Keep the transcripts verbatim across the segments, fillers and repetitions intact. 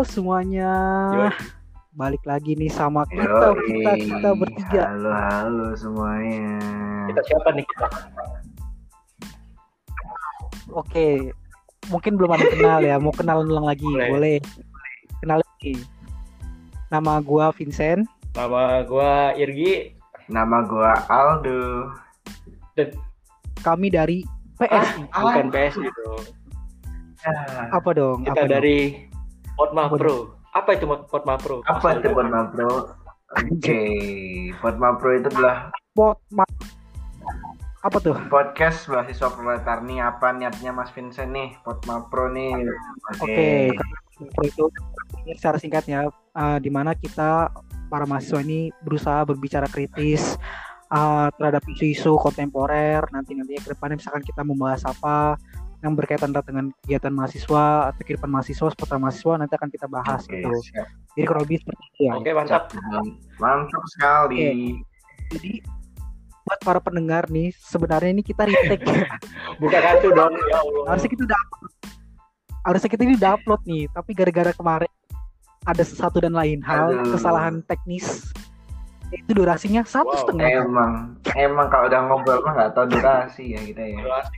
Halo semuanya. Yoi. Balik lagi nih sama kita Yoi. kita kita bertiga. Halo halo semuanya. Kita siapa nih kita? Oke. Mungkin belum ada yang kenal ya. Mau kenalan ulang lagi. Boleh. Boleh. Kenal lagi. Nama gua Vincent. Nama gua Irgi. Nama gua Aldo. Dan Kami dari P S I. Ah, bukan P S I dong. Apa dong? Kita Apa dong? dari Potma Apa Pro. Apa itu Potma Pro? Apa itu Potma Pro? Oke, Potma Pro itu adalah Pot ma- Apa tuh? podcast mahasiswa proletar nih. Apa niatnya Mas Vincent nih? Potma Pro nih. Oke. Okay. Itu secara singkatnya, uh, di mana kita para mahasiswa ini berusaha berbicara kritis uh, terhadap isu-isu kontemporer. Nanti nantinya ke depannya misalkan kita membahas apa yang berkaitan dengan kegiatan mahasiswa atau kehidupan mahasiswa, seputar mahasiswa nanti akan kita bahas Oke, gitu. siap. Jadi kurang lebih seperti itu ya. Oke, mantap. Mantap sekali. Jadi buat para pendengar nih, sebenarnya ini kita retake ya. Buka kartu dong. Ya Allah. Harusnya kita udah harusnya kita ini udah upload nih, tapi gara-gara kemarin ada satu dan lain hal, Aduh. kesalahan teknis, itu durasinya satu Wow. setengah jam. Emang, emang kalau udah ngobrol mah nggak tahu durasi ya kita ya.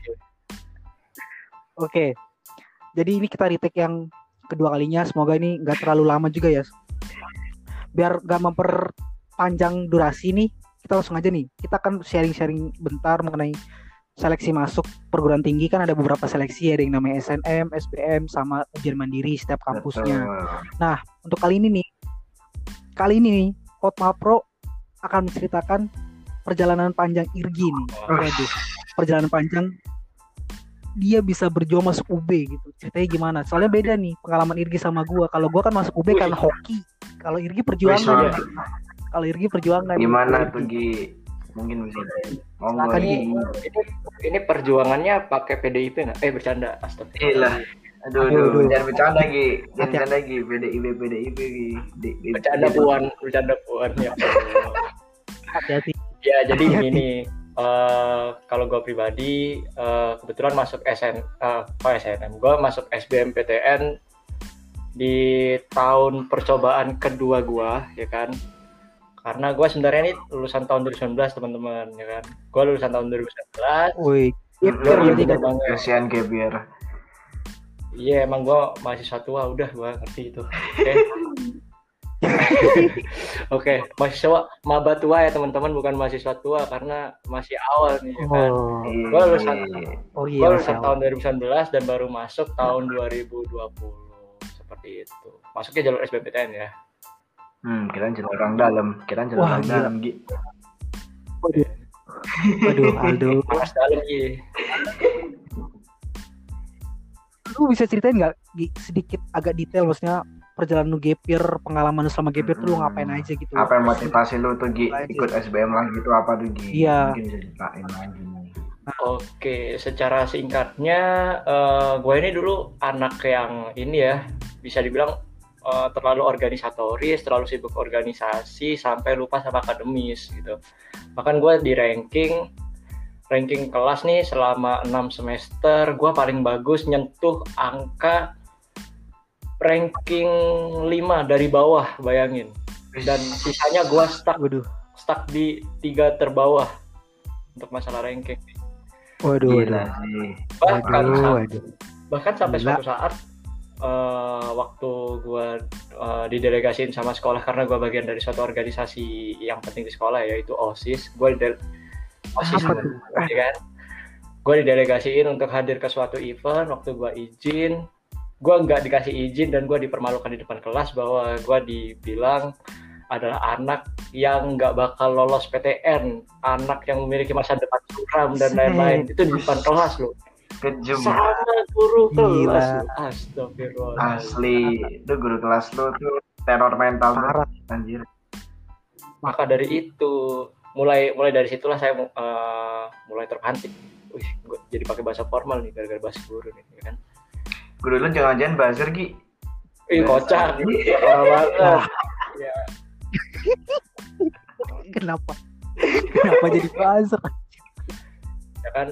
Oke, jadi ini kita retake yang kedua kalinya. Semoga ini nggak terlalu lama juga ya. Biar nggak memperpanjang durasi nih, kita langsung aja nih. Kita akan sharing-sharing bentar mengenai seleksi masuk perguruan tinggi. Kan ada beberapa seleksi ya, ada yang namanya S N M, S B M, sama ujian mandiri setiap kampusnya. Betul. Nah, untuk kali ini nih, kali ini nih, Potma Pro akan menceritakan perjalanan panjang Irgi nih. Waduh, perjalanan panjang dia bisa berjuang masuk U B gitu. Ceritanya gimana? Soalnya beda nih pengalaman Irgi sama gua. Kalau gua kan masuk U B karena hoki. Kalau Irgi perjuangan. Wih, Kalau Irgi perjuangan. Gimana Irgi. tuh Gi? Mungkin bisa. Monggo Silakan, Gi. Ini, ini, ini perjuangannya pakai P D I P nggak? Eh bercanda, astagfirullah. Iyalah. Aduh, Aduh, aduh, aduh. jangan bercanda Gi. Jangan Hati-hati. bercanda Gi. P D I P, P D I P Gi. Di- di- Bercanda di- puan, bercanda puan ya. Allah. Hati-hati. Ya jadi Hati-hati. gini, eh, kalau gue pribadi eh, kebetulan masuk S N, eh, oh S N M, gue masuk S B M P T N di tahun percobaan kedua gue, ya kan? Karena gue sebenarnya ini lulusan tahun dua ribu sembilan belas teman-teman, ya kan? Gue lulusan tahun dua ribu sembilan belas. Woi, Mm, biar Iya, berarti bener kan. banget. Kasihan Gebiar. Iya emang gue mahasiswa tua, udah gue ngerti itu. Oke. Oke, mahasiswa maba tua ya teman-teman, bukan mahasiswa tua karena masih awal nih, ya kan? Oh, Gue lulusan, oh gue iya. lulusan Masya tahun Allah. dua ribu sembilan belas dan baru masuk tahun dua ribu dua puluh seperti itu. Masuknya jalur S B M P T N ya. Hmm, kirain jalur orang dalam. Kirain jalur Wah, orang gila. dalam Gi. Waduh. Waduh, Aldo. Mas dalam iya. Lu bisa ceritain nggak Gi, sedikit agak detail, maksudnya perjalanan lu gap year, pengalaman lu selama gap year tuh lu ngapain aja gitu? Apa yang motivasi lu tuh Gi Lanjut. ikut S B M lagi itu apa tuh Gi? Iya. Mungkin bisa diceritain lagi nih. Oke, secara singkatnya, eh, gue ini dulu anak yang ini ya, bisa dibilang eh, terlalu organisatoris, terlalu sibuk organisasi, sampai lupa sama akademis gitu. Bahkan gue di ranking, ranking kelas nih selama enam semester, gue paling bagus nyentuh angka ranking lima dari bawah, bayangin. Dan sisanya gue stuck, Waduh, stuck di tiga terbawah untuk masalah ranking. waduh, Gila waduh. sih. Bahkan Waduh, sam- waduh. bahkan sampai Gila. suatu saat uh, waktu gue uh, didelegasiin sama sekolah karena gue bagian dari suatu organisasi yang penting di sekolah yaitu OSIS. Gue di OSIS Apa gua, tuh? ya kan? Gue didelegasiin untuk hadir ke suatu event. Waktu gue izin, gue nggak dikasih izin dan gue dipermalukan di depan kelas bahwa gue dibilang adalah anak yang nggak bakal lolos P T N, anak yang memiliki masa depan suram dan lain-lain. Itu di depan kelas loh. Kejam. Sama guru Gila. kelas. Astagfirullah. Asli, itu guru kelas lu tuh teror mental Parah. tuh. Anjir. Maka dari itu, mulai mulai dari situlah saya uh, mulai terpantik. Wih, gua jadi pakai bahasa formal nih gara-gara bahasa guru nih, ya kan? Guru lu jangan-jangan buzzer Gi. Ih, kocak. Parah banget. Ya, Kenapa? Kenapa jadi buzzer? ya kan?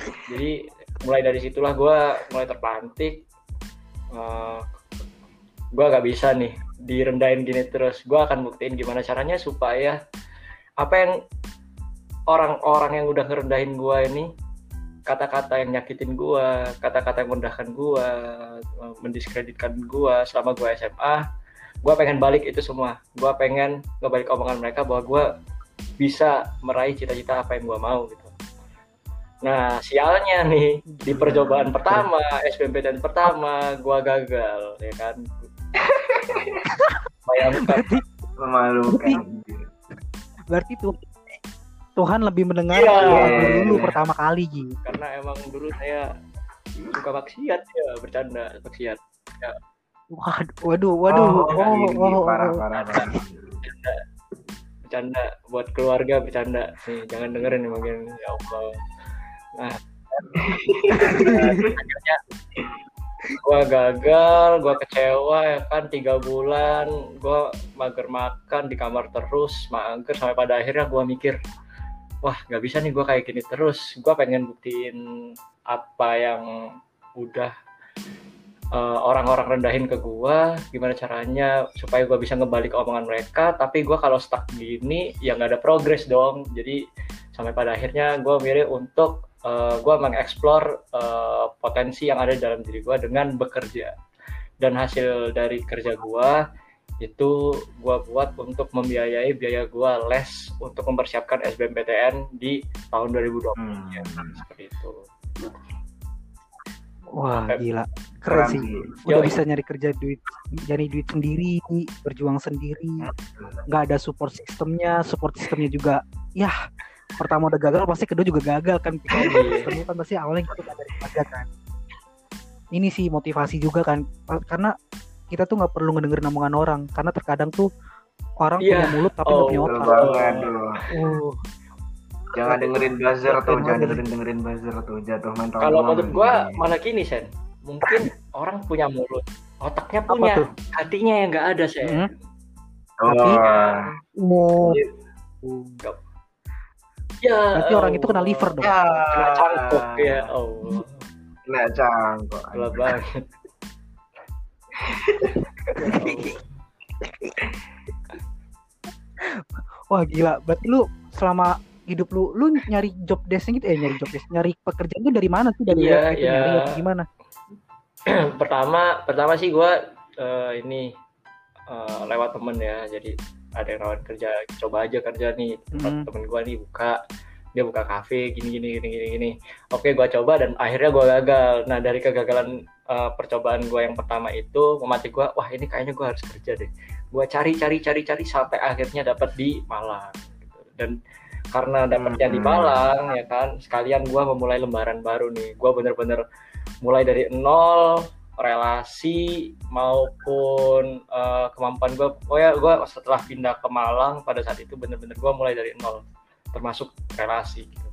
Jadi mulai dari situlah gue mulai terpantik. Uh, gue gak bisa nih direndahin gini terus. Gue akan buktiin gimana caranya supaya apa yang orang-orang yang udah ngerendahin gue ini, kata-kata yang nyakitin gue, kata-kata yang merendahkan gue, mendiskreditkan gue selama gue S M A, gue pengen balik itu semua. Gue pengen ngebalik omongan mereka bahwa gue bisa meraih cita-cita apa yang gue mau gitu. Nah, sialnya nih di percobaan pertama, S B M P T N pertama, gue gagal, ya kan? Bayangkan. Berarti Memalukan. berarti tuh Tuhan lebih mendengar Iya. doa gue dulu pertama kali gitu. Karena emang dulu saya suka maksiat ya, bercanda maksiat. Ya, Waduh, waduh, Oh, waduh. Oh, ini oh, oh, parah oh. parah parah. bercanda, bercanda buat keluarga, bercanda. Nih, jangan dengerin nih mungkin, ya Allah. Nah, akhirnya gue gagal, gue kecewa ya kan, tiga bulan gue mager makan di kamar terus, mager sampai pada akhirnya gue mikir, wah nggak bisa nih gue kayak gini terus. Gue pengen buktiin apa yang udah uh, orang-orang rendahin ke gue, gimana caranya supaya gue bisa ngebalik omongan mereka. Tapi gue kalau stuck gini ya nggak ada progres dong. Jadi sampai pada akhirnya gue milih untuk uh, gue mengeksplor uh, potensi yang ada dalam diri gue dengan bekerja. Dan hasil dari kerja gue itu gue buat untuk membiayai biaya gue les untuk mempersiapkan S B M P T N di tahun dua ribu dua puluh. Hmm. Ya, seperti itu. Wah, gila. Keren Keren sih. sih. Udah Yoi. bisa nyari kerja duit, nyari duit sendiri, berjuang sendiri. Nggak ada support sistemnya, support sistemnya juga. Ya, pertama udah gagal, pasti kedua juga gagal kan. Sistemnya kan pasti awalnya gitu kan dari keluarga kan. Ini sih motivasi juga kan, karena kita tuh nggak perlu ngedengerin omongan orang, karena terkadang tuh orang Iya. punya mulut tapi nggak Oh, punya Betul otak. banget tuh. Uh, Jangan dengerin buzzer tuh, Betul jangan banget. dengerin dengerin buzzer tuh, jatuh mental. Kalau doang menurut gue nanti. malah gini Sen, mungkin orang punya mulut, otaknya Apa punya, tuh? hatinya yang nggak ada Sen. Hmm. Oh, mau Ya, berarti orang itu kena Allah. liver dong. ya. Kena cangkok ya Allah, Kena cangkok. gila banget. Wah gila, berarti lu selama hidup lu, lu nyari job desk gitu, eh nyari job desk, nyari pekerjaan tuh dari mana sih? Dari Iya, web gitu, iya. nyari atau gimana? pertama pertama sih gue uh, ini uh, lewat temen ya, jadi ada yang nawarin kerja, coba aja kerja nih tempat Hmm. temen gue nih buka, dia buka kafe gini gini gini gini gini. Oke, gue coba dan akhirnya gue gagal. Nah dari kegagalan uh, percobaan gue yang pertama itu mematik gue, wah ini kayaknya gue harus kerja deh. Gue cari cari cari cari sampai akhirnya dapat di Malang gitu. Dan karena dapatnya di Hmm. Malang ya kan, sekalian gue memulai lembaran baru nih. Gue bener-bener mulai dari nol, relasi maupun uh, kemampuan gue. Oh ya, gue setelah pindah ke Malang pada saat itu bener-bener gue mulai dari nol, termasuk relasi gitu.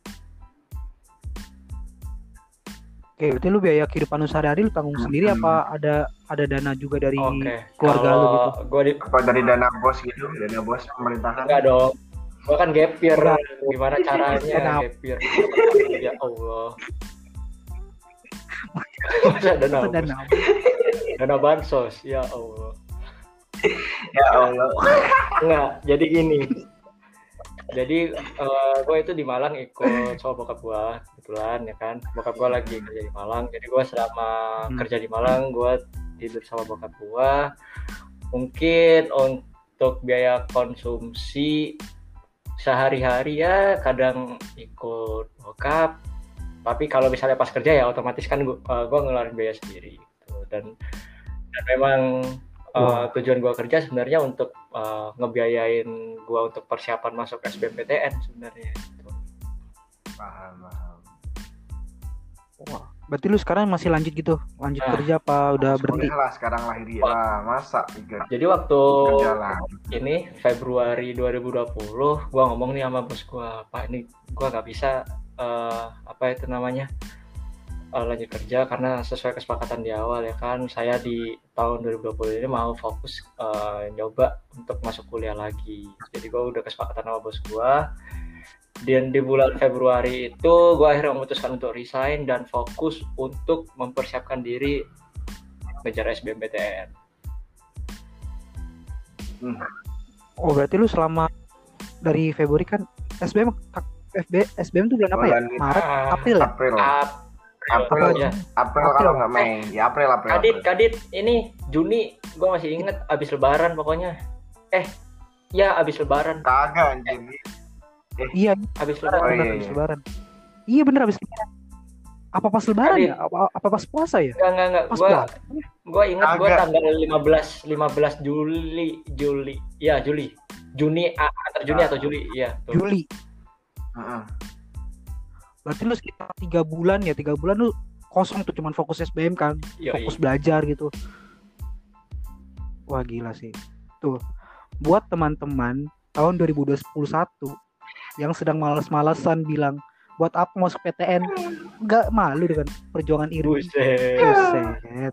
Oke, berarti lu biaya kehidupan lu sehari-hari lu tanggung Hmm. sendiri apa ada ada dana juga dari Oke, keluarga lu gitu? gue di Apa dari dana bos gitu, dana bos pemerintahan? enggak dong. Gue kan gap year. Enggak. Gimana caranya Dana- gap year? Ya Allah. Masa dana Apa bos? dana? Dana bansos, ya Allah. Ya Allah. Enggak, jadi gini. Jadi uh, gue itu di Malang ikut sama bokap gue kebetulan ya kan. Bokap gue lagi kerja di Malang. Jadi gue selama Hmm. kerja di Malang gue tidur sama bokap gue. Mungkin untuk biaya konsumsi sehari-hari ya kadang ikut bokap. Tapi kalau misalnya pas kerja ya otomatis kan gue uh, gue ngeluarin biaya sendiri gitu. Dan dan memang Uh, tujuan gue kerja sebenarnya untuk uh, ngebiayain gue untuk persiapan masuk S B M P T N sebenarnya gitu. Paham, paham. Wah, berarti lu sekarang masih lanjut gitu? Lanjut Nah. kerja apa udah berhenti? Sekolah lah sekarang lahir lah, masa tiga Jadi waktu kerja lah. ini Februari dua ribu dua puluh gue ngomong nih sama bos gue, Pak ini gue nggak bisa uh, apa itu namanya uh, lanjut kerja karena sesuai kesepakatan di awal ya kan, saya di tahun dua ribu dua puluh ini mau fokus uh, nyoba untuk masuk kuliah lagi. Jadi gue udah kesepakatan sama bos gue. Dan di bulan Februari itu gue akhirnya memutuskan untuk resign dan fokus untuk mempersiapkan diri ngejar S B M P T N. Hmm. Oh berarti lu selama dari Februari kan S B M F B S B M tuh bulan apa ya? Bulan Maret, Ah, April ya? April. Ap- April Apa ya. April April. kalau nggak Mei. Ya April April. Kadit, April. Kadit, ini Juni, gue masih inget abis Lebaran pokoknya. Eh, ya abis Lebaran, Kagak anjir. Iya, abis benar, Oh, Lebaran. benar, iya, habis iya. Lebaran. Iya bener habis Lebaran. Apa pas Lebaran Kadit. ya? Apa, apa pas puasa ya? Enggak, enggak, enggak. Pas Gue puasa. gue inget gue Kagak. tanggal lima belas lima belas Juli, Juli, ya Juli, Juni a- antara Juni atau Juli, ya. Tuh. Juli. Heeh. Berarti lu sekitar tiga bulan ya, tiga bulan lu kosong tuh cuman fokus S B M kan, Yoi. fokus belajar gitu. Wah gila sih. Tuh, buat teman-teman tahun dua ribu dua puluh satu yang sedang malas-malasan bilang buat apa masuk P T N, nggak malu dengan perjuangan Irgi. Buset. Buset.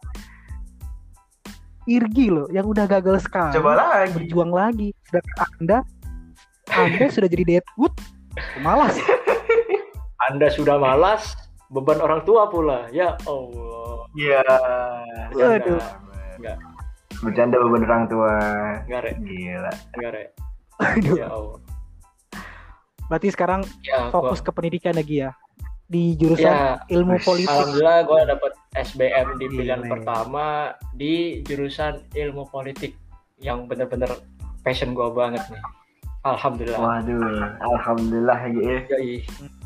Irgi loh yang udah gagal sekali, Coba lagi. berjuang lagi. Sedangkan Anda, Anda sudah jadi Deadwood, malas. Anda sudah malas, beban orang tua pula. Ya Allah. Iya. Waduh. Enggak, Bercanda beban orang tua. enggak, Rek. Gila. Enggak, Rek. Aduh. Ya Allah. Berarti sekarang Ya, fokus gua, ke pendidikan lagi ya, di jurusan ya, ilmu Wih, politik. alhamdulillah gue dapet S B M di pilihan Gile. pertama di jurusan ilmu politik yang bener-bener passion gue banget nih. Alhamdulillah. Waduh, alhamdulillah ya. Yoi.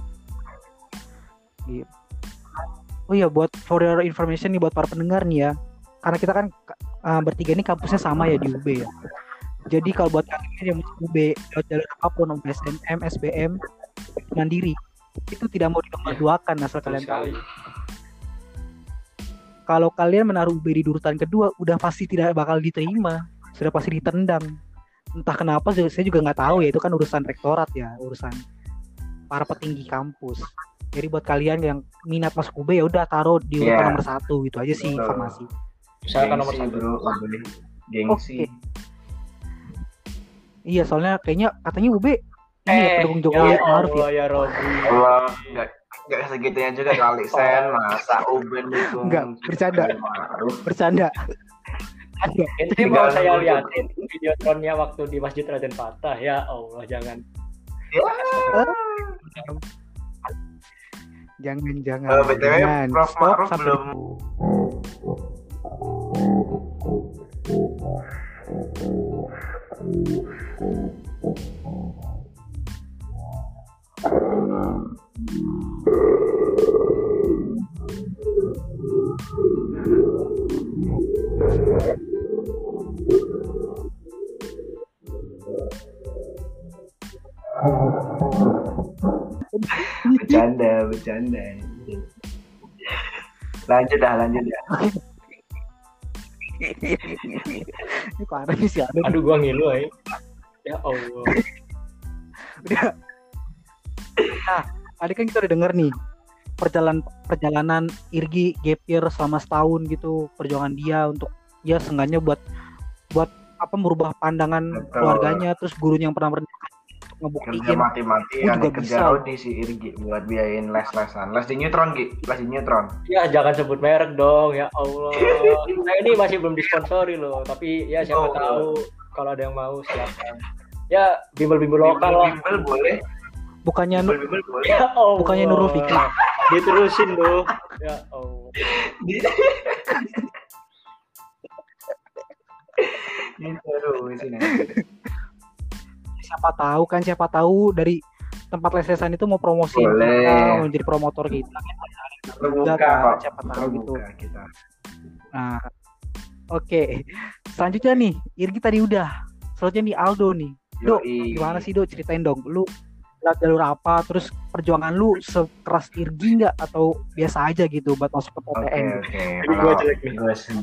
Oh iya, buat for your information nih buat para pendengar nih ya, karena kita kan uh, bertiga ini kampusnya sama ya di U B ya. Jadi kalau buat kalian yang masuk U B, buat jalur apapun, mau S N M, S B M, mandiri, itu tidak mau dinomor-duakan asal kalian tahu. Sekali. Kalau kalian menaruh U B di urutan kedua, udah pasti tidak bakal diterima, sudah pasti ditendang. Entah kenapa, saya juga nggak tahu ya, itu kan urusan rektorat ya, urusan para petinggi kampus. Jadi buat kalian yang minat masuk U B ya udah taruh di urutan Yeah. nomor satu gitu aja sih Betul. informasi. Usahakan nomor Gengsi, satu. bro, nggak boleh gengsi. Oke. Iya, soalnya kayaknya katanya U B ini ya Eh, pendukung Jokowi ya Maruf ya. Allah ya Robby. Allah, nggak nggak segitunya juga kali Sen, masa Uben itu. Enggak, bercanda. Bercanda. Ada. Ente mau Jangan saya dulu. liatin videotronnya waktu di Masjid Raden Fatah. Ya Allah, jangan. Jangan jangan. Eh, B T W jangan. Prof Stop Ma'ruf sampai belum bercanda, bercanda. Lanjut dah, lanjut ya. ini parah nih sih ada. nih. Aduh, gua ngilu aja. Ya Allah. Udah. Nah, tadi kan kita udah denger nih perjalanan perjalanan Irgi gap year selama setahun gitu, perjuangan dia untuk ya seenggaknya buat buat apa merubah pandangan Betul. keluarganya, terus gurunya yang pernah pernah Kerja ngebuktiin. mati-mati Gua kan juga kerja bisa. Rodi si Irgi buat biayain les-lesan. Les di Neutron, Gi. Les di Neutron. Ya jangan sebut merek dong, ya Allah. Nah ini masih belum disponsori loh, tapi ya siapa Oh. tahu kalau ada yang mau silakan. Ya bimbel-bimbel lokal lah. Bimbel boleh. Bukannya Nu- Bimbel boleh. Ya Allah. bukannya Nurul Fikri. Diterusin loh. Ya Allah. Ini terus ini. siapa tahu kan siapa tahu dari tempat lesesan itu mau promosiin Boleh. kita, mau jadi promotor kita. Terbuka kan, kok. siapa tahu gitu. Terbuka kita. Nah, oke. Selanjutnya nih, Irgi tadi udah. Selanjutnya nih Aldo nih. Do, Yoi. gimana sih Do? Ceritain dong. Lu lewat jalur apa? Terus perjuangan lu sekeras Irgi nggak atau biasa aja gitu buat masuk ke P T Oke, N? oke. Ini gua jelek nih. Gua sen-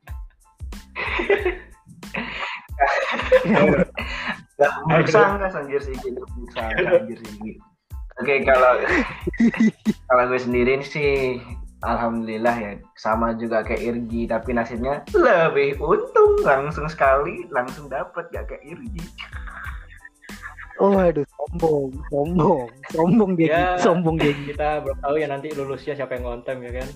Gak bisa nggak sanjir sih gitu, bisa sanjir sih. Oke, kalau kalau gue sendiri sih, alhamdulillah ya sama juga kayak Irgi, tapi nasibnya lebih untung langsung sekali langsung dapat gak kayak Irgi. Oh, aduh, sombong, sombong, sombong dia, Ya. Gi. sombong dia. Gi. Kita belum tahu ya nanti lulusnya siapa yang ngontem ya kan.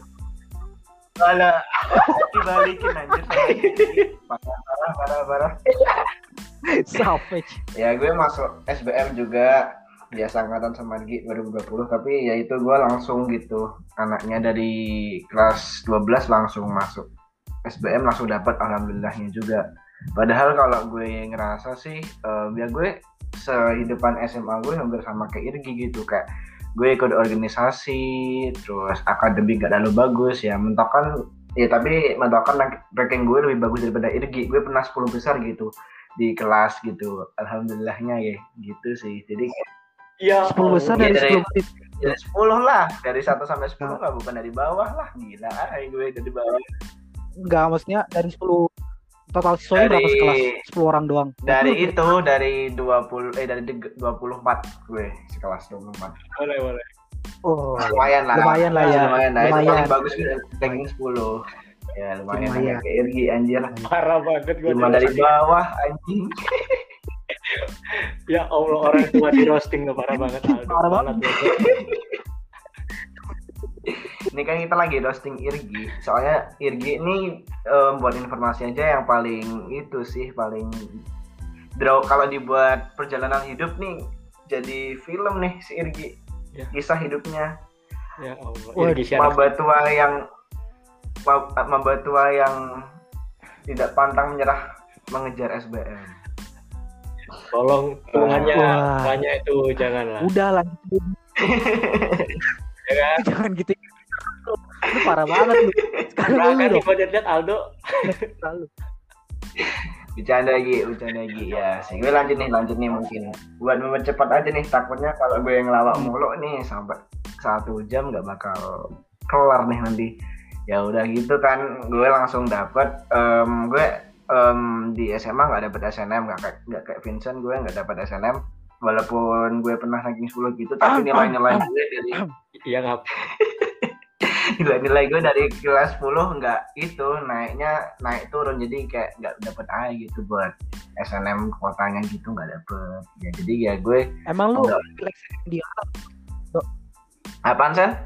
Alah, dibalikin anjir sama Irgi. Parah, parah, parah, parah. Savage. Ya gue masuk S B M juga, biasa angkatan sama Gi dua ribu dua puluh, tapi ya itu gue langsung gitu, anaknya dari kelas dua belas langsung masuk S B M, langsung dapat alhamdulillahnya juga. Padahal kalau gue ngerasa sih uh, ya gue sehidupan S M A gue hampir sama kayak Irgi gitu, kayak gue ikut organisasi, terus akademik gak terlalu bagus ya, mentokan ya, tapi mentokan ranking gue lebih bagus daripada Irgi. Gue pernah sepuluh besar gitu di kelas gitu, alhamdulillahnya ya gitu sih. Jadi ya sepuluh besar dari dari, sepuluh menit. dari sepuluh lah, dari satu sampai sepuluh lah, bukan dari bawah lah, gila ay, gue dari bawah. Enggak, maksudnya dari sepuluh total siswanya berapa sekelas? sepuluh orang doang. Dari itu dari dua puluh eh dari dua puluh empat gue sekelas dua puluh empat. Boleh, boleh. Oh, lumayan lah. Lumayan lah ya. Lumayan lah. Lumayan. Itu paling bagus ranking sepuluh. Ya lumayan, lumayan. Kayak Irgi anjir. Parah banget gue. Cuma dari bawah anjing. Ya Allah, orang tua di roasting tuh parah banget. Aldo. Parah banget. Ini kan kita lagi roasting Irgi. Soalnya Irgi ini um, buat informasi aja yang paling itu sih, paling draw kalau dibuat perjalanan hidup nih jadi film nih si Irgi. Ya. Kisah hidupnya. Ya Allah. Irgi maba tua yang maba tua yang tidak pantang menyerah mengejar S B M. Tolong tulangannya banyak itu janganlah. Udah lanjut. Ya kan? Jangan gitu. Lu parah banget lu. Sekarang nah, lu kan dong. gue lihat Aldo. Lalu. Bercanda lagi, bercanda lagi ya. Sih gue lanjut nih, lanjut nih mungkin. Buat mempercepat aja nih, takutnya kalau gue yang ngelawak mulu nih sampai satu jam nggak bakal kelar nih nanti. Ya udah gitu kan, gue langsung dapet. Um, gue um, di S M A nggak dapet S N M, nggak kayak nggak kayak Vincent, gue nggak dapet S N M. Walaupun gue pernah ranking sepuluh gitu, tapi nilai-nilai gue dari iya nggak. nilai-nilai gue dari kelas sepuluh nggak itu naiknya naik turun, jadi kayak nggak dapet A gitu buat S N M kuotanya gitu, nggak dapet ya. Jadi ya gue emang lu seleksi di apaan Sen?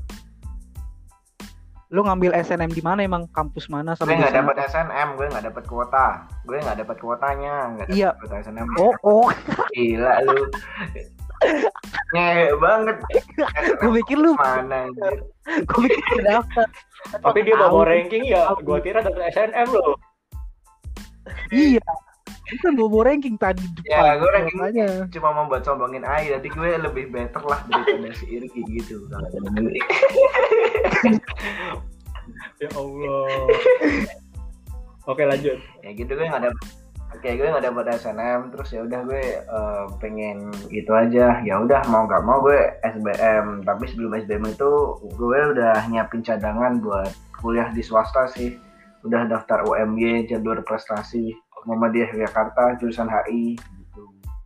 Lu ngambil S N M di mana, emang kampus mana? Gue nggak dapet S N M, gue nggak dapet kuota, gue nggak dapet kuotanya, nggak dapet iya. kuota S N M. Oh oh. Gila lu. Ngehe banget. Gue pikir lu mana anjir. Gue pikir lu dapet. Tapi dia bawa ranking ya, gue kira dapet S N M loh. Iya. Itu kan bawa ranking tadi depan. Ya gue ranking aja. Cuma mau buat sombongin aja, nanti gue lebih better lah daripada si Irgi gitu. Ya Allah. Oke lanjut. Ya gitu gue nggak dapet. Oke gue nggak dapet S N M, terus ya udah gue uh, pengen gitu aja. Ya udah mau nggak mau gue S B M. Tapi sebelum S B M itu gue udah nyiapin cadangan buat kuliah di swasta sih. Udah daftar U M Y jalur prestasi Muhammadiyah Yogyakarta jurusan H I gitu.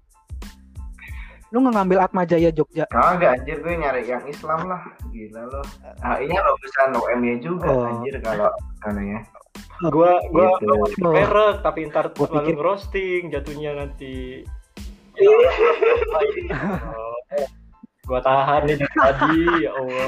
Lu nggak ngambil Atma Jaya Jogja? Kagak anjir, gue nyari yang Islam lah. Gila loh. H I-nya lulusan U M Y juga oh. Anjir kalau anehnya. Gua gua gitu. merek tapi ntar gua lalu pikir... roasting jatuhnya nanti. Ya, oh. Gua tahan nih dari tadi ya Allah.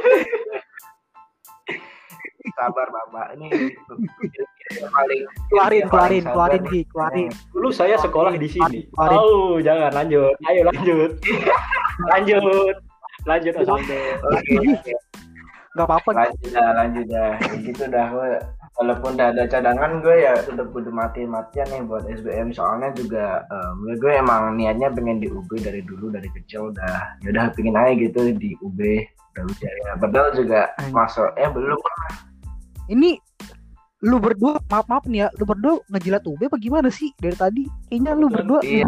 Sabar Bapak, ini paling keluarin keluarin keluarin Gi, keluarin. Dulu saya sekolah di sini. Oh, jangan lanjut. Ayo lanjut. lanjut. Lanjut Aldo. Oke. Enggak apa-apa. Lanjut dah, lanjut dah. Gitu dah gue. Walaupun udah ada cadangan gue ya tetap kudu mati-matian nih buat S B M, soalnya juga um, gue emang niatnya pengen di U B dari dulu, dari kecil udah ya udah pengen aja gitu di U B Brawijaya. Padahal juga masuk eh belum. Ini lu berdua, maaf maaf nih ya, lu berdua ngejilat U B apa gimana sih dari tadi? Kayaknya lu berdua. Iya.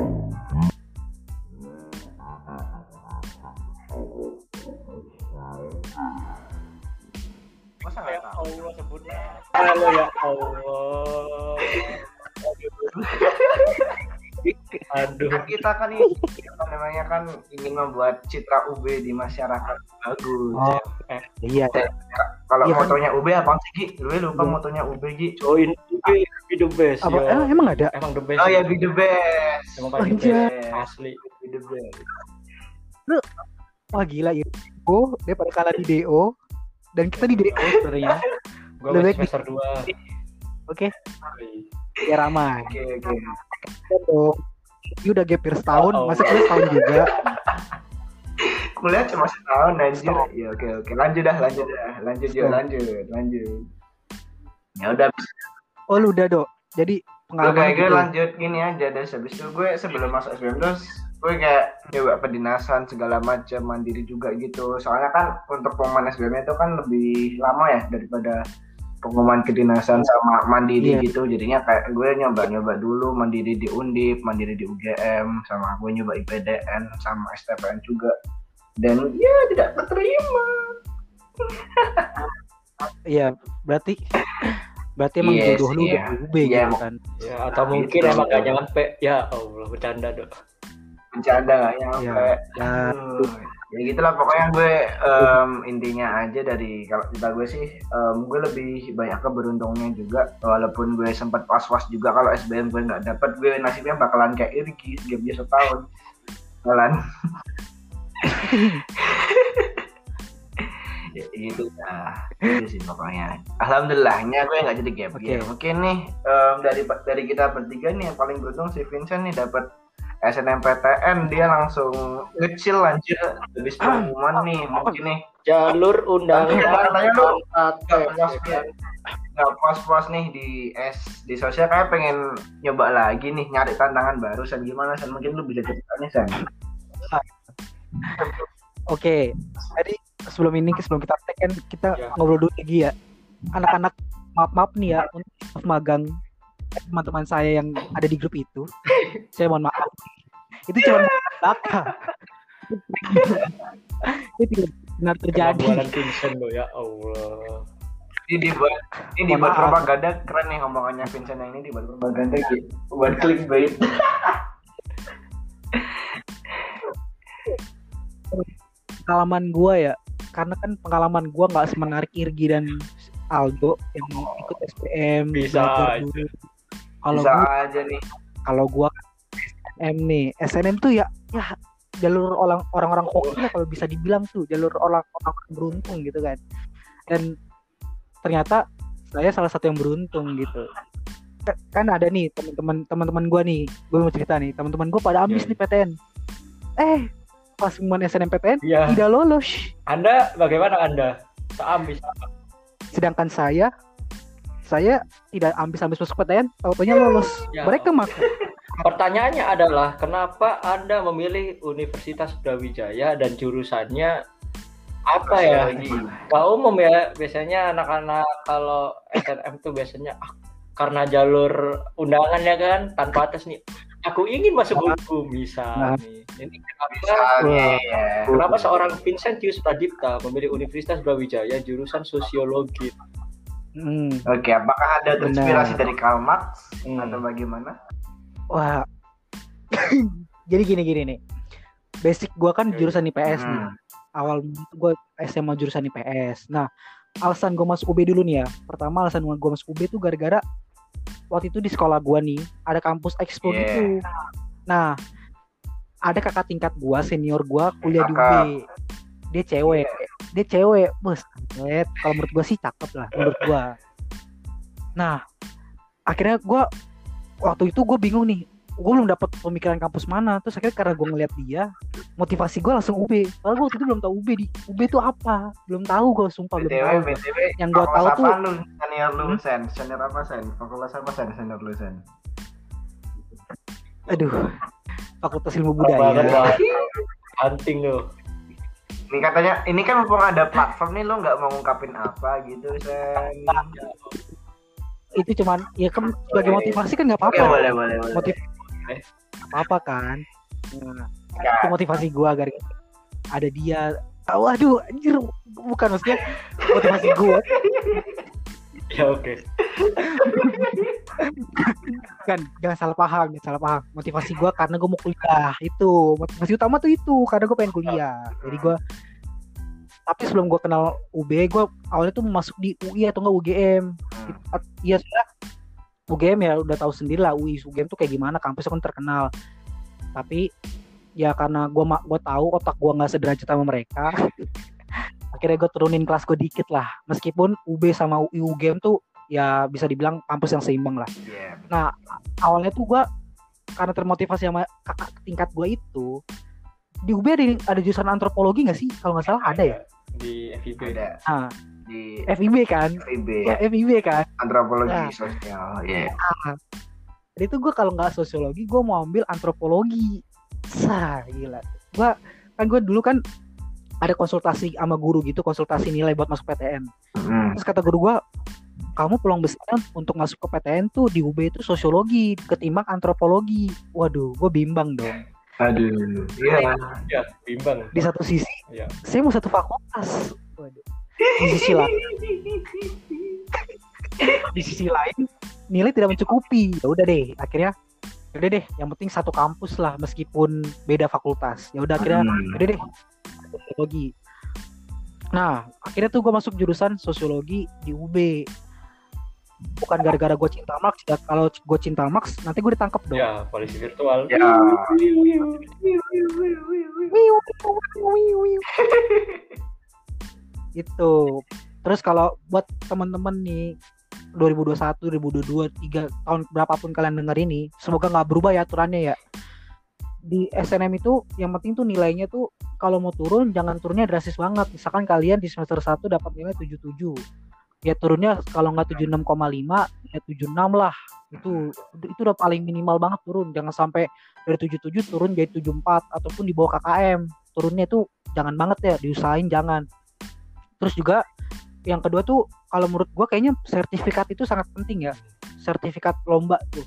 Masa ya Allah sebutnya. Halo ya Allah. Aduh. Kan kita kan ini apa namanya kan ingin membuat citra U B di masyarakat bagus. Oh, eh, iya. Kalau iya, motonya kan? U B apa sih Gi? Lu lupa motonya U B Gi. Join U B be the best. Apa, emang, emang ada? Emang the best. Oh ya be the best. Emang paling best. Asli be the best. Lu wah gila ya. Oh, dia pada kalah di D O dan kita di D O sebenarnya. Gua masih semester dua. Oke. biar aman. Oke oke. Dong. Ini udah gap year setahun, Oh, oh. masa kuliah setahun juga. Kuliah cuma setahun anjir. Setahun. Ya oke oke. Lanjut dah, lanjut dah. Lanjut yuk, Setahun. lanjut, lanjut. Ya udah, Oh lu udah dok. Jadi gue pengalaman kayak gue gitu. lanjut gini aja. Dan habis itu gue sebelum masuk S B M terus gue kayak nyoba pendinasan segala macam, mandiri juga gitu. Soalnya kan untuk pengumuman S B M itu kan lebih lama ya daripada pengumuman kedinasan sama mandiri Iya. gitu. Jadinya kayak gue nyoba-nyoba dulu mandiri di Undip, mandiri di U G M, sama gue nyoba I P D N sama S T P N juga. Dan ya tidak keterima. Iya, berarti berarti emang Yes, jodoh lu iya. udah U B Iya, gitu kan. Ya, atau Nah, mungkin gitu. emang gak nyampe. Ya Allah, bercanda dok. Bercanda nggak nyampe. Ya, ya. Aduh. Ya gitulah pokoknya gue em, intinya aja dari kalau cerita gue sih em, gue lebih banyak keberuntungnya juga walaupun gue sempat was-was juga kalau S B M gue nggak dapat, gue nasibnya bakalan kayak Irgi gap dia setahun bakalan ya gitu lah itu sih pokoknya. Alhamdulillahnya gue nggak jadi gap year. Oke. Mungkin nih em, dari dari kita bertiga nih yang paling beruntung si Vincent nih dapat S N M P T N, dia langsung ngecil lanjut habis pengumuman nih mungkin nih Jalur undangan katanya lu atau nggak puas nih nggak puas-puas nih di S di sosial kayak pengen nyoba lagi nih nyari tantangan baru. San gimana San, mungkin lu bisa ceritanya San. Oke. Jadi sebelum ini sebelum kita tag kan kita Ya. ngobrol dulu lagi ya. Anak-anak maaf maaf nih ya untuk staff magang teman-teman saya yang ada di grup itu. Saya mohon maaf. Itu cuma belaka. Itu tidak benar terjadi. Kemampuan Vincent loh ya Allah. Ini dibuat ini Mohon dibuat maaf. propaganda keren nih omongannya Vincent yang ini dibuat propaganda gitu buat clickbait. Pengalaman gua ya, karena kan pengalaman gua nggak semenarik Irgi dan Aldo yang ikut S P M Bisa belajar aja. dulu. Kalau Bisa gua aja nih. kalau gua S N M nih, S N M tuh ya ya jalur orang orang-orang hoki lah kalau bisa dibilang tuh jalur orang-orang beruntung gitu kan. Dan ternyata saya salah satu yang beruntung gitu. Ka- Kan ada nih teman-teman teman-teman gua nih, gue mau cerita nih, teman-teman gua pada ambis Ya. nih P T N. Eh, pas pengumuman S N M P T N Iya. tidak lolos. Anda bagaimana Anda? Seambis. Sedangkan saya saya tidak ambis-ambis masuk P T N, taunya lolos. Ya. Mereka makan. Pertanyaannya adalah kenapa Anda memilih Universitas Brawijaya dan jurusannya apa ya? Sosiologi. Gak umum ya, biasanya anak-anak kalau S N M tuh biasanya ah, karena jalur undangannya kan tanpa atas nih. Aku ingin masuk hukum misal Nah. nih. Ini kenapa? Misalnya ya. Kenapa seorang Vincentius Pradipta memilih Universitas Brawijaya jurusan sosiologi? Hmm. Oke, apakah ada terinspirasi Benar. dari Karl Marx Hmm. atau bagaimana? Wah. Jadi gini-gini nih. Basic gua kan jurusan I P S nih. Hmm. Awal gue S M A jurusan I P S. Nah, alasan gue masuk U B dulu nih ya. Pertama alasan gue masuk U B tuh gara-gara waktu itu di sekolah gue nih ada kampus expo Yeah. gitu. Nah, ada kakak tingkat gue senior gue kuliah di U B. Cakep. Dia cewek. Dia cewek, bos. Anjet. Kalau menurut gue sih cakep lah menurut gue. Nah, akhirnya gue waktu itu gue bingung nih. Gue belum dapat pemikiran kampus mana. Terus akhirnya karena gue ngeliat dia, motivasi gue langsung U B. Padahal gue waktu itu belum tahu U B di U B itu apa. Belum tahu gue, sumpah belum B T W, tahu. B T W, Yang gue tahu fakultas tuh apaan lu senior lu Hmm? Sen? Senior apa Sen? Fakultas apa Sen? Senior lu Sen? aduh, Fakultas Ilmu Banget Budaya. banget. Hunting loh. Ini katanya, ini kan mumpung ada platform nih, lo nggak mau ngungkapin apa gitu Sen? Itu cuman ya kan sebagai Oke. motivasi kan nggak Oke, apa-apa. boleh, boleh, boleh. Motiv apa kan? Nah, itu motivasi gue agar ada dia. Oh, aduh, anjir, bukan maksudnya motivasi gue Ya oke. kan, jangan salah paham, jangan salah paham. Motivasi gue karena gue mau kuliah itu, motivasi utama tuh itu karena gue pengen kuliah. Jadi gue, tapi sebelum gue kenal U B, gue awalnya tuh masuk di U I atau enggak U G M. Hmm. Iya sudah, U G M ya udah tahu sendiri lah U I U G M tuh kayak gimana, kampusnya kan terkenal. Tapi ya karena gue gue tahu otak gue nggak sederajat sama mereka, akhirnya gue turunin kelas gue dikit lah. Meskipun U B sama U I U G M tuh ya bisa dibilang kampus yang seimbang lah. Yeah. Nah awalnya tuh gue karena termotivasi sama kakak tingkat gue itu, di U B ada, ada jurusan antropologi nggak sih? Kalau nggak salah ada ya. Di F I B. Ada. Nah, Di F I B kan? F I B. Ya F I B kan. Antropologi Nah. sosial. Ya. Yeah. Ah, jadi tuh gue kalau nggak sosiologi, gue mau ambil antropologi. Sah, gila. Gue kan gue dulu kan ada konsultasi sama guru gitu, konsultasi nilai buat masuk P T N. Hmm. Terus kata guru gue, kamu peluang besar untuk masuk ke P T N tuh di U B itu sosiologi ketimbang antropologi. Waduh, gue bimbang dong. Aduh. Iya. Ya, bimbang. Di satu sisi, Ya. saya mau satu fakultas. Waduh. Di sisi lain, di sisi lain nilai tidak mencukupi. Ya udah deh, akhirnya ya udah deh, yang penting satu kampus lah meskipun beda fakultas. Ya udah akhirnya, Hmm. udah deh, sosiologi. Nah, akhirnya tuh gue masuk jurusan sosiologi di U B. Bukan gara-gara gue cinta Marx ya. Kalau gue cinta Marx nanti gue ditangkap dong. Ya, polisi virtual. Ya. Gitu. Terus kalau buat teman-teman nih dua ribu dua puluh satu, dua ribu dua puluh dua, tiga tahun berapapun kalian denger ini, semoga nggak berubah ya aturannya ya. Di S N M itu yang penting tuh nilainya tuh kalau mau turun jangan turunnya drastis banget. Misalkan kalian di semester satu dapat nilai tujuh puluh tujuh. Ya turunnya kalau nggak tujuh puluh enam koma lima ya tujuh puluh enam lah. Itu itu udah paling minimal banget turun. Jangan sampai dari tujuh puluh tujuh turun jadi tujuh puluh empat ataupun di bawah K K M. Turunnya itu jangan banget ya, diusahain jangan. Terus juga yang kedua tuh kalau menurut gue kayaknya sertifikat itu sangat penting ya. Sertifikat lomba tuh.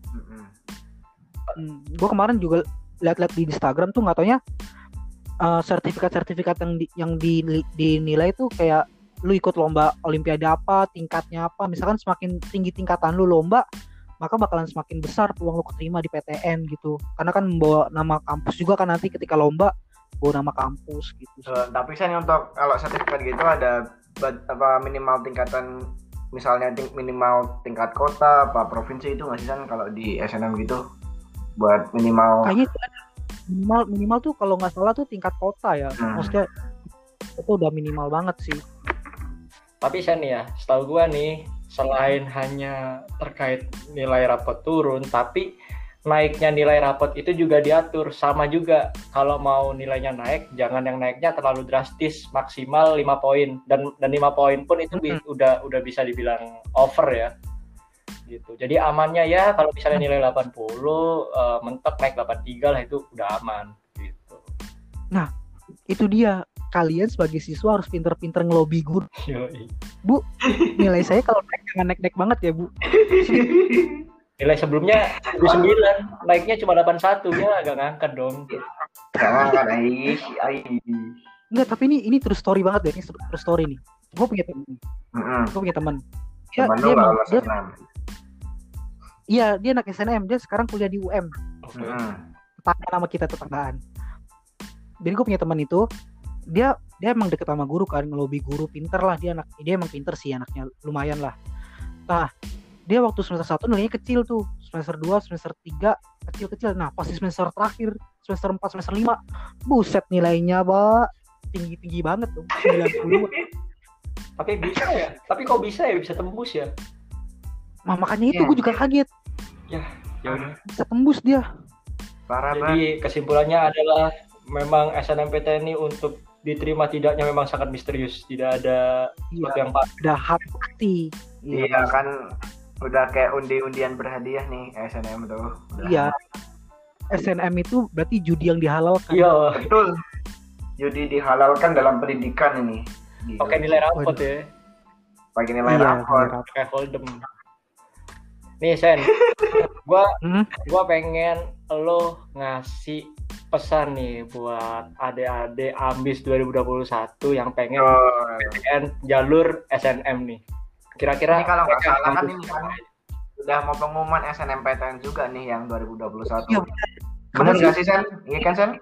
Hmm, gue kemarin juga lihat-lihat di Instagram tuh nggak taunya uh, sertifikat-sertifikat yang di, yang di, dinilai tuh kayak lu ikut lomba olimpiade apa, tingkatnya apa. Misalkan semakin tinggi tingkatan lu lomba, maka bakalan semakin besar peluang lu keterima di P T N gitu. Karena kan membawa nama kampus juga kan nanti ketika lomba bawa nama kampus gitu. Uh, tapi saya untuk kalau sertifikat gitu ada apa minimal tingkatan, misalnya ting- minimal tingkat kota apa provinsi itu nggak sih kan kalau di S N M gitu buat minimal kayaknya minimal minimal tuh kalau nggak salah tuh tingkat kota ya. Hmm. Maksudnya itu udah minimal banget sih. Tapi saya nih ya, setahu gua nih selain hanya terkait nilai rapot turun, tapi naiknya nilai rapot itu juga diatur sama juga. Kalau mau nilainya naik, jangan yang naiknya terlalu drastis, maksimal lima poin dan dan lima poin pun itu mm-hmm. udah udah bisa dibilang over ya. Gitu. Jadi amannya ya kalau misalnya nilai delapan puluh uh, mentok naik delapan puluh tiga lah itu udah aman gitu. Nah, itu dia. Kalian sebagai siswa harus pinter-pinter ngelobi guru. Yoi. Bu, nilai saya kalau naik jangan naik-naik banget ya, Bu. Nilai sebelumnya tujuh puluh sembilan, naiknya cuma delapan puluh satu, ya agak ngangkat dong. Gak ngangkat, aish, aish. Enggak, tapi ini ini true story banget deh, ini true story nih. Gue punya teman. Mm-hmm. Gue punya teman. Dia, dia emang dia, iya, dia anak S N M, dia sekarang kuliah di U M. Mm-hmm. Tetangga nama kita tetanggaan. Jadi gue punya teman itu, dia dia emang deket sama guru kan, ngelobi guru, pinter lah dia anak, dia emang pinter sih anaknya, lumayan lah. Nah, dia waktu semester satu nilainya kecil tuh, semester dua, semester tiga kecil-kecil. Nah, pas semester terakhir, semester empat, semester lima, buset nilainya, Pak, tinggi-tinggi banget tuh, sembilan puluh. Tapi bisa ya? Tapi kok bisa ya bisa tembus ya? Nah, makanya itu ya. Gue juga kaget. Ya, ya udah. Bisa tembus dia. Parah banget. Jadi kesimpulannya adalah memang S N M P T N ini untuk diterima tidaknya memang sangat misterius, tidak ada iya, yang pasti. Udah hati. Iya, iya kan udah kayak undi-undian berhadiah nih S N M tuh. Udah. Iya. S N M itu berarti judi yang dihalalkan. Iya, betul. Judi dihalalkan dalam pendidikan ini. Pakai nilai rapot ya. Pakai nilai iya, rapot. Pakai Hold'em. Nih Sen, gua hmm? gua pengen lo ngasih pesan nih buat adik-adik ambis dua ribu dua puluh satu yang pengen oh, P T N jalur S N M nih. Kira-kira ini kalau nggak salah kan ini kan udah mau pengumuman S N M P T N juga nih yang dua ribu dua puluh satu. Ya, benar nggak sih Sen? Iya kan Sen?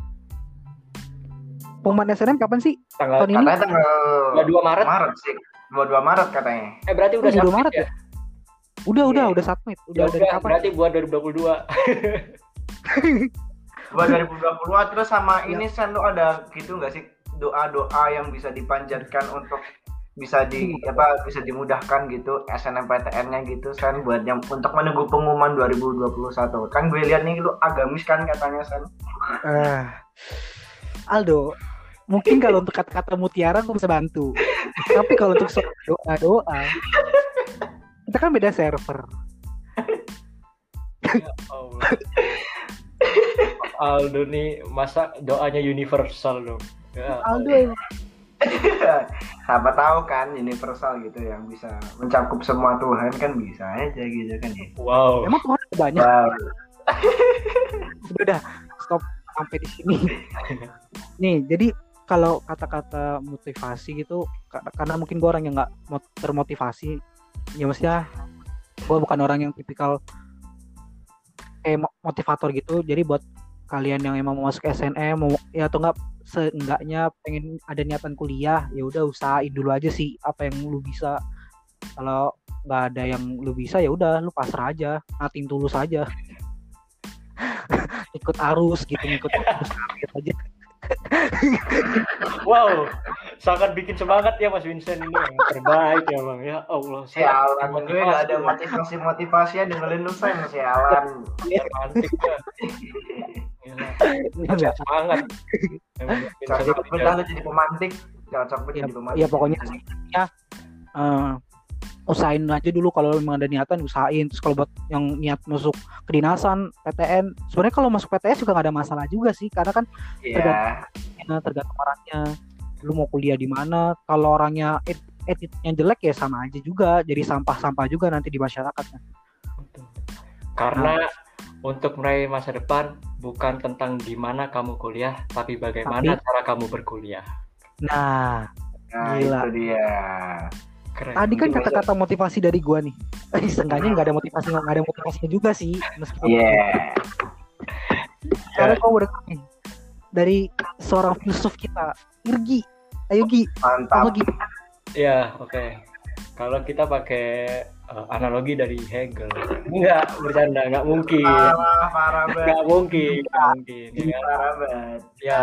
Pengumuman S N M kapan sih? Tanggal tahun ini? Katanya tanggal dua puluh dua Maret. Maret sih. dua puluh dua Maret katanya. Eh berarti udah dua puluh dua Maret ya? Udah, yeah. udah, udah submit. Udah ya, dari udah, kapan? Berarti buat dua ribu dua puluh dua. Buat dua ribu dua puluh dua terus sama ya. Ini Sen lu ada gitu nggak sih doa-doa yang bisa dipanjatkan untuk bisa di apa bisa dimudahkan gitu S N M P T N-nya gitu San buat yang untuk menunggu pengumuman dua ribu dua puluh satu. Kan gue lihat nih lu agamis kan katanya San. Uh, Aldo, mungkin kalau untuk kata-kata mutiara gue bisa bantu. Tapi kalau untuk doa-doa, kita kan beda server. Ya Allah. Aldo nih masa doanya universal dong. Ya, Aldo emang. Siapa tahu kan universal gitu yang bisa mencakup semua Tuhan kan bisa aja gitu kan ya. Wow. Emang Tuhan ada banyak. Wow. Udah stop sampai di sini. Nih, jadi kalau kata-kata motivasi gitu, karena mungkin gue orang yang nggak termotivasi, ya maksudnya gue bukan orang yang tipikal kayak motivator gitu. Jadi buat kalian yang emang mau masuk S N M, mau ya atau nggak seenggaknya pengen ada niatan kuliah, ya udah usahain dulu aja sih apa yang lu bisa. Kalau nggak ada yang lu bisa ya udah lu pasrah aja, nating tulus aja. Ikut arus gitu, ikut arus aja. Wow, sangat bikin semangat ya Mas Vincent ini yang terbaik ya Bang. Ya Allah, sialan gue nggak ada motivasi-motivasinya dengerin lu Sen, sialan. Romantik ya. Gila. Semangat. Cocok benar lu jadi pemantik, cocok banget jadi pemantik. Ya pokoknya ya uh, usahain aja dulu kalau memang ada niatan usahain. Terus kalau buat yang niat masuk kedinasan P T N, sebenarnya kalau masuk P T S juga nggak ada masalah juga sih, karena kan yeah. tergantung, tergantung orangnya. Lu mau kuliah di mana? Kalau orangnya attitude-nya jelek ya sama aja juga, jadi sampah-sampah juga nanti di masyarakat. Karena nah, untuk meraih masa depan bukan tentang gimana kamu kuliah, tapi bagaimana tapi, cara kamu berkuliah. Nah, nah gila. Itu dia. Keren. Tadi kan kata-kata motivasi dari gua nih. Eh, seenggaknya nggak ada motivasi, nggak ada motivasinya juga sih, meskipun. Iya. Yeah. Karena kau udah dari seorang filsuf kita, Irgi. Ayo Gi. Mantap. Gi. Ya, oke. Okay. Kalau kita pakai uh, analogi dari Hegel, enggak bercanda, enggak mungkin. Parah, parah banget. Enggak mungkin, enggak mungkin. Ya, parah banget. Ya,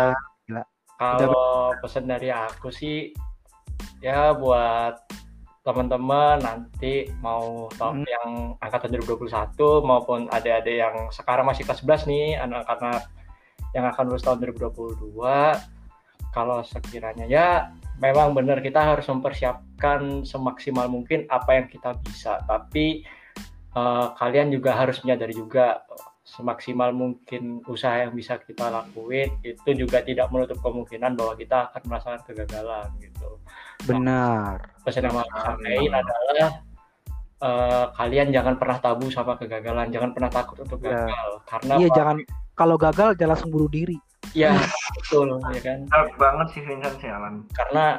kalau pesan dari aku sih, ya buat teman-teman nanti mau hmm. yang angkatan dua ribu dua puluh satu maupun adik-adik yang sekarang masih kelas sebelas nih, anak-anak yang akan lulus tahun dua ribu dua puluh dua, kalau sekiranya ya memang benar kita harus mempersiapkan semaksimal mungkin apa yang kita bisa, tapi uh, kalian juga harus menyadari juga semaksimal mungkin usaha yang bisa kita lakuin itu juga tidak menutup kemungkinan bahwa kita akan merasakan kegagalan gitu. Benar. Nah, pesan yang mau aku sampaikan adalah uh, kalian jangan pernah tabu sama kegagalan, jangan pernah takut untuk gagal. Ya. Karena iya, apa? Jangan kalau gagal jangan langsung bunuh diri. Ya, betul, ya kan. Dark banget sih Vincent sialan. Karena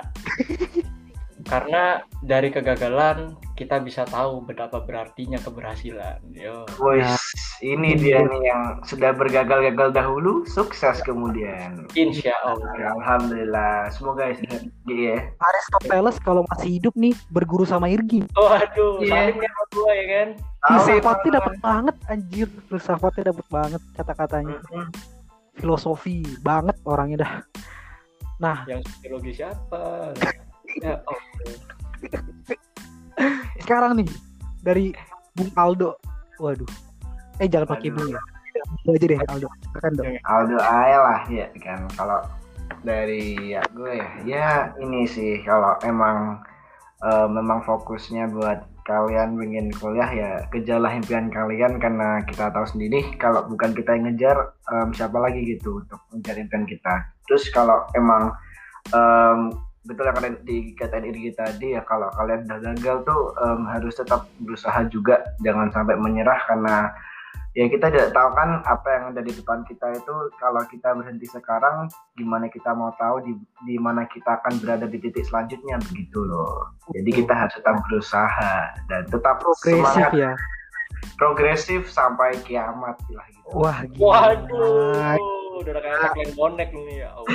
karena dari kegagalan kita bisa tahu betapa berartinya keberhasilan. Yo. Wih, ini dia nih yang sudah bergagal-gagal dahulu, sukses kemudian. Insya Allah. Alhamdulillah. Semoga ya. Aristoteles kalau masih hidup nih berguru sama Irgi. Oh aduh, yeah. Saling sama gua ya kan. Filsafatnya dapat banget anjir, filsafatnya dapat banget kata-katanya. Mm-hmm. Filosofi banget orangnya dah. Nah, yang psikologi siapa? Ya, okay. Sekarang nih dari Bung Aldo, waduh, eh jangan pakai Bung ya, Aldo aja deh Aldo, kan dong. Aldo aja lah ya kan. Kalau dari ya gue ya, ya ini sih kalau emang uh, memang fokusnya buat kalian ingin kuliah ya kejarlah impian kalian, karena kita tahu sendiri kalau bukan kita yang ngejar um, siapa lagi gitu untuk mencari impian kita. Terus kalau emang um, betul yang kalian dikatain Irgi tadi ya, kalau kalian udah gagal tuh um, harus tetap berusaha juga, jangan sampai menyerah, karena ya kita tidak tahu kan apa yang ada di depan kita itu. Kalau kita berhenti sekarang, gimana kita mau tahu di, di mana kita akan berada di titik selanjutnya, begitu loh. Jadi kita harus tetap berusaha dan tetap progresif semangat, ya, progresif sampai kiamat lah gitu. Wah, gila. Waduh, udah kayak tagline bonek nih ya. Oh.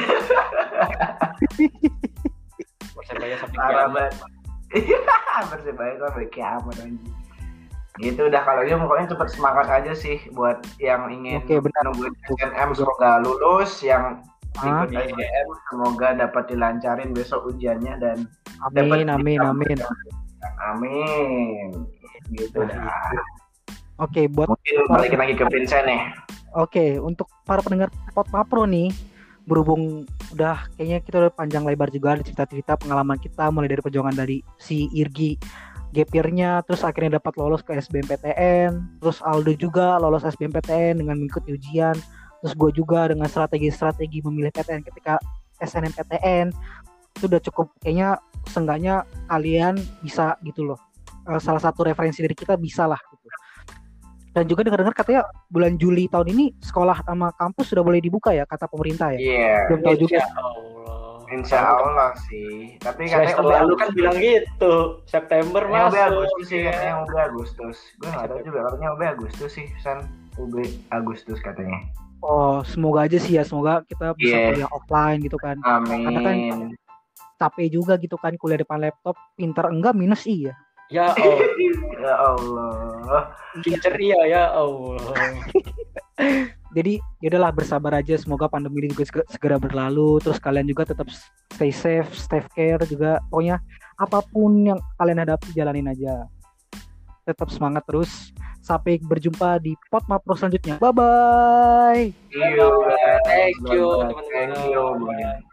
Persebaya sampai kiamat. Persebaya sampai kiamat anjing. Gitu udah, kalau gitu pokoknya cepet semangat aja sih buat yang ingin Oke, benar. nungguin S N M, semoga lulus. Yang Ah, Ikut S B M semoga dapat dilancarin besok ujiannya dan amin, dapat amin, amin. amin. Gitu Nah, dah. Oke, buat Mungkin balikin lagi ke Vincent nih. Oke, untuk para pendengar Potma Pro nih, berhubung udah kayaknya kita udah panjang lebar juga ada cerita-cerita pengalaman kita mulai dari perjuangan dari si Irgi gap year-nya, terus akhirnya dapat lolos ke S B M P T N, terus Aldo juga lolos S B M P T N dengan mengikuti ujian, terus gue juga dengan strategi-strategi memilih P T N ketika S N M P T N itu udah cukup, kayaknya seenggaknya kalian bisa gitu loh. Eh, salah satu referensi dari kita bisa lah gitu. Dan juga dengar-dengar katanya bulan Juli tahun ini sekolah sama kampus sudah boleh dibuka ya kata pemerintah ya. Iya. Belum tahu juga. Insya Allah. Insya Allah sih. Tapi katanya Semester lalu kan bilang gitu. September katanya U B masuk. Agustus sih, ya. katanya U B Agustus. Gue nggak tahu juga, katanya U B Agustus sih, San. U B Agustus katanya. Oh, semoga aja sih ya, semoga kita bisa Yes. kuliah offline gitu kan. Amin. Karena kan capek juga gitu kan kuliah depan laptop, pinter enggak minus iya. Ya Allah. Ya Allah. Ceria ya Allah. Jadi yaudahlah, bersabar aja, semoga pandemi ini juga segera, segera berlalu, terus kalian juga tetap stay safe, stay care juga, pokoknya apapun yang kalian hadapi jalanin aja, tetap semangat terus. Sampai berjumpa di Potma Pro selanjutnya. Bye bye. Thank you, Thank you, teman-teman. Thank you.